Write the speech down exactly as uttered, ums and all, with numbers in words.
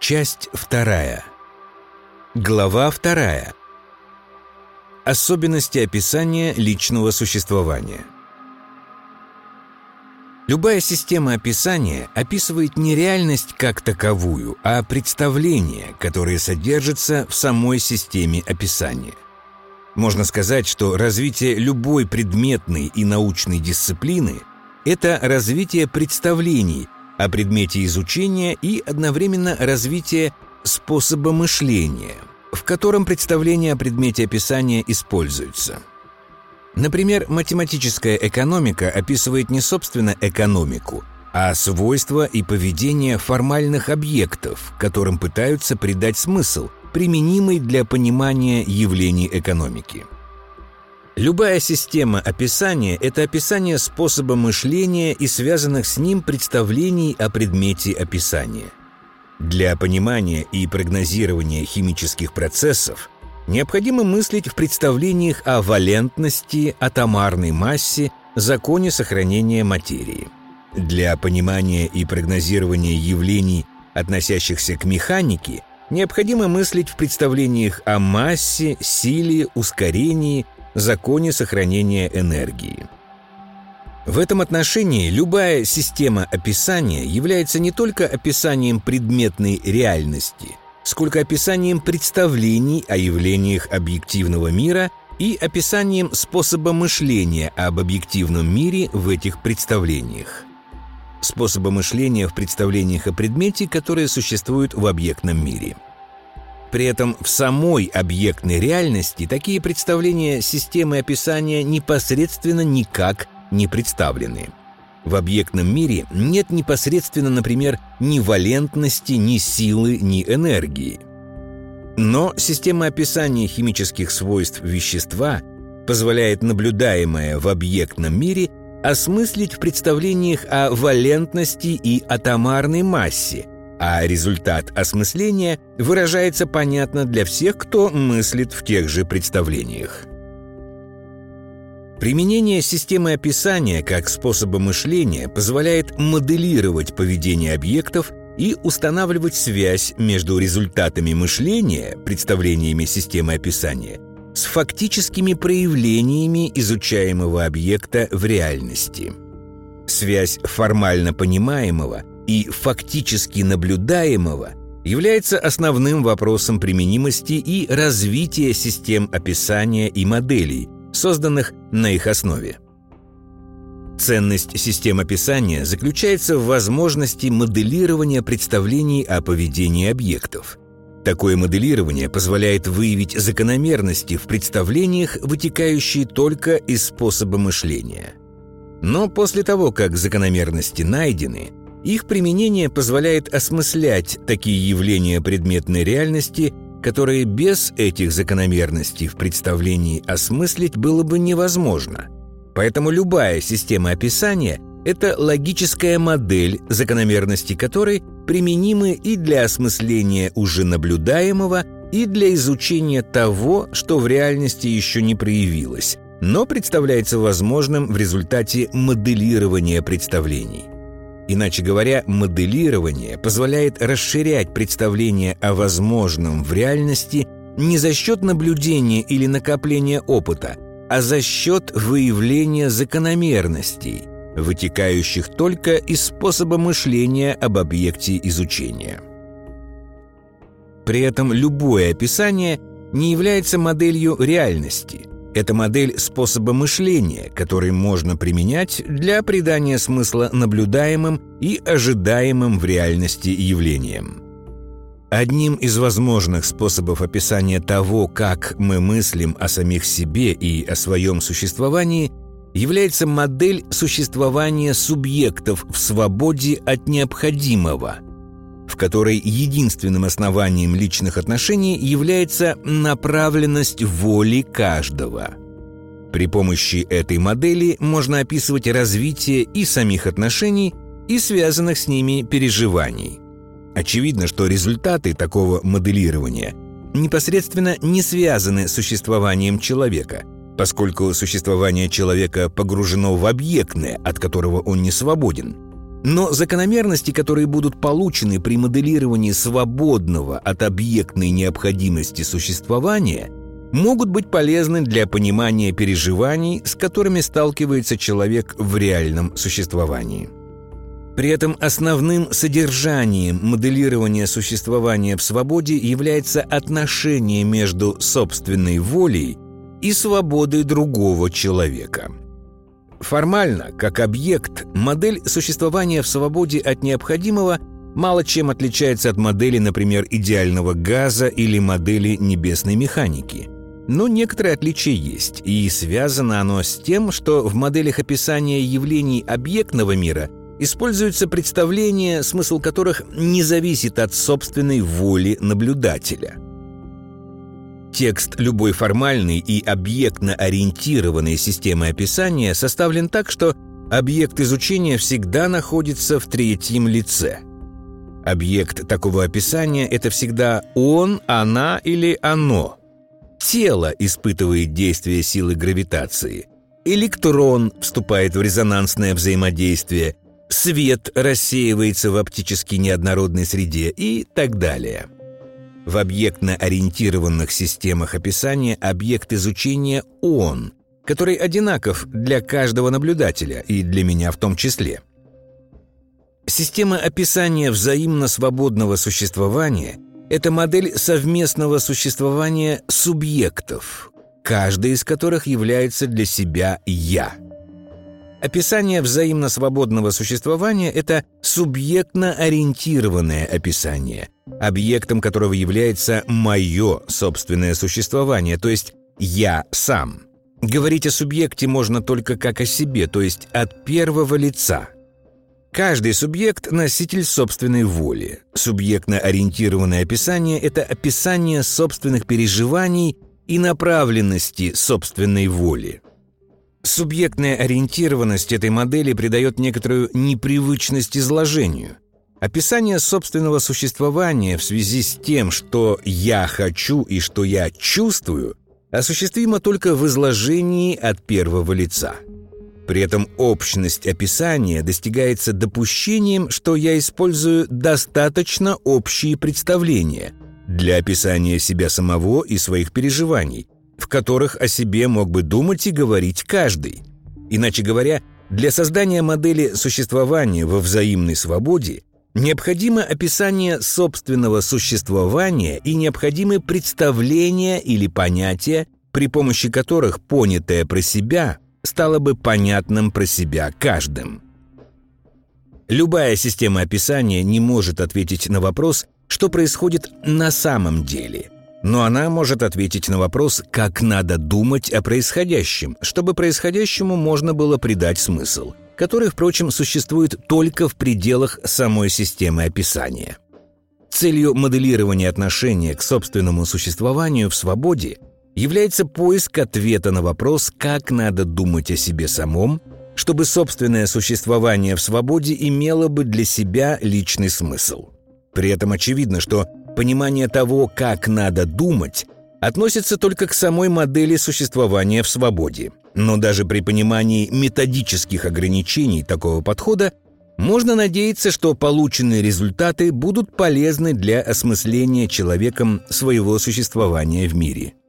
Часть вторая. Глава вторая. Особенности описания личного существования. Любая система описания описывает не реальность как таковую, а представления, которые содержатся в самой системе описания. Можно сказать, что развитие любой предметной и научной дисциплины – это развитие представлений о предмете изучения и одновременно развитие способа мышления, в котором представления о предмете описания используются. Например, математическая экономика описывает не собственно экономику, а свойства и поведение формальных объектов, которым пытаются придать смысл, применимый для понимания явлений экономики. Любая система описания – это описание способа мышления и связанных с ним представлений о предмете описания. Для понимания и прогнозирования химических процессов необходимо мыслить в представлениях о валентности, атомарной массе, законе сохранения материи. Для понимания и прогнозирования явлений, относящихся к механике, необходимо мыслить в представлениях о массе, силе, ускорении, законе сохранения энергии. В этом отношении любая система описания является не только описанием предметной реальности, сколько описанием представлений о явлениях объективного мира и описанием способа мышления об объективном мире в этих представлениях. Способа мышления в представлениях о предмете, которые существуют в объектном мире. При этом в самой объектной реальности такие представления системы описания непосредственно никак не представлены. В объектном мире нет непосредственно, например, ни валентности, ни силы, ни энергии. Но система описания химических свойств вещества позволяет наблюдаемое в объектном мире осмыслить в представлениях о валентности и атомарной массе, а результат осмысления выражается понятно для всех, кто мыслит в тех же представлениях. Применение системы описания как способа мышления позволяет моделировать поведение объектов и устанавливать связь между результатами мышления, представлениями системы описания, с фактическими проявлениями изучаемого объекта в реальности. Связь формально понимаемого и фактически наблюдаемого является основным вопросом применимости и развития систем описания и моделей, созданных на их основе. Ценность систем описания заключается в возможности моделирования представлений о поведении объектов. Такое моделирование позволяет выявить закономерности в представлениях, вытекающие только из способа мышления. Но после того, как закономерности найдены, их применение позволяет осмыслять такие явления предметной реальности, которые без этих закономерностей в представлении осмыслить было бы невозможно. Поэтому любая система описания – это логическая модель, закономерности которой применимы и для осмысления уже наблюдаемого, и для изучения того, что в реальности еще не проявилось, но представляется возможным в результате моделирования представлений. Иначе говоря, моделирование позволяет расширять представление о возможном в реальности не за счет наблюдения или накопления опыта, а за счет выявления закономерностей, вытекающих только из способа мышления об объекте изучения. При этом любое описание не является моделью реальности. Это модель способа мышления, который можно применять для придания смысла наблюдаемым и ожидаемым в реальности явлениям. Одним из возможных способов описания того, как мы мыслим о самих себе и о своем существовании, является модель существования субъектов в свободе от необходимого, в которой единственным основанием личных отношений является направленность воли каждого. При помощи этой модели можно описывать развитие и самих отношений, и связанных с ними переживаний. Очевидно, что результаты такого моделирования непосредственно не связаны с существованием человека, поскольку существование человека погружено в объектное, от которого он не свободен. Но закономерности, которые будут получены при моделировании свободного от объектной необходимости существования, могут быть полезны для понимания переживаний, с которыми сталкивается человек в реальном существовании. При этом основным содержанием моделирования существования в свободе является отношение между собственной волей и свободой другого человека. Формально, как объект, модель существования в свободе от необходимого мало чем отличается от модели, например, идеального газа или модели небесной механики. Но некоторые отличия есть, и связано оно с тем, что в моделях описания явлений объектного мира используются представления, смысл которых не зависит от собственной воли наблюдателя. Текст любой формальной и объектно-ориентированной системы описания составлен так, что объект изучения всегда находится в третьем лице. Объект такого описания – это всегда он, она или оно. Тело испытывает действие силы гравитации. Электрон вступает в резонансное взаимодействие. Свет рассеивается в оптически неоднородной среде и так далее. В объектно-ориентированных системах описания объект изучения – он, который одинаков для каждого наблюдателя и для меня в том числе. Система описания взаимно свободного существования – это модель совместного существования субъектов, каждый из которых является для себя «я». Описание взаимно свободного существования – это субъектно-ориентированное описание, объектом которого является мое собственное существование, то есть «я сам». Говорить о субъекте можно только как о себе, то есть от первого лица. Каждый субъект – носитель собственной воли. Субъектно-ориентированное описание – это описание собственных переживаний и направленности собственной воли. Субъектная ориентированность этой модели придает некоторую непривычность изложению. Описание собственного существования в связи с тем, что «я хочу» и что «я чувствую», осуществимо только в изложении от первого лица. При этом общность описания достигается допущением, что я использую достаточно общие представления для описания себя самого и своих переживаний, в которых о себе мог бы думать и говорить каждый. Иначе говоря, для создания модели существования во взаимной свободе необходимо описание собственного существования и необходимы представления или понятия, при помощи которых понятое про себя стало бы понятным про себя каждым. Любая система описания не может ответить на вопрос, что происходит на самом деле, но она может ответить на вопрос, как надо думать о происходящем, чтобы происходящему можно было придать смысл, который, впрочем, существует только в пределах самой системы описания. Целью моделирования отношения к собственному существованию в свободе является поиск ответа на вопрос, как надо думать о себе самом, чтобы собственное существование в свободе имело бы для себя личный смысл. При этом очевидно, что понимание того, как надо думать, относится только к самой модели существования в свободе. Но даже при понимании методических ограничений такого подхода можно надеяться, что полученные результаты будут полезны для осмысления человеком своего существования в мире.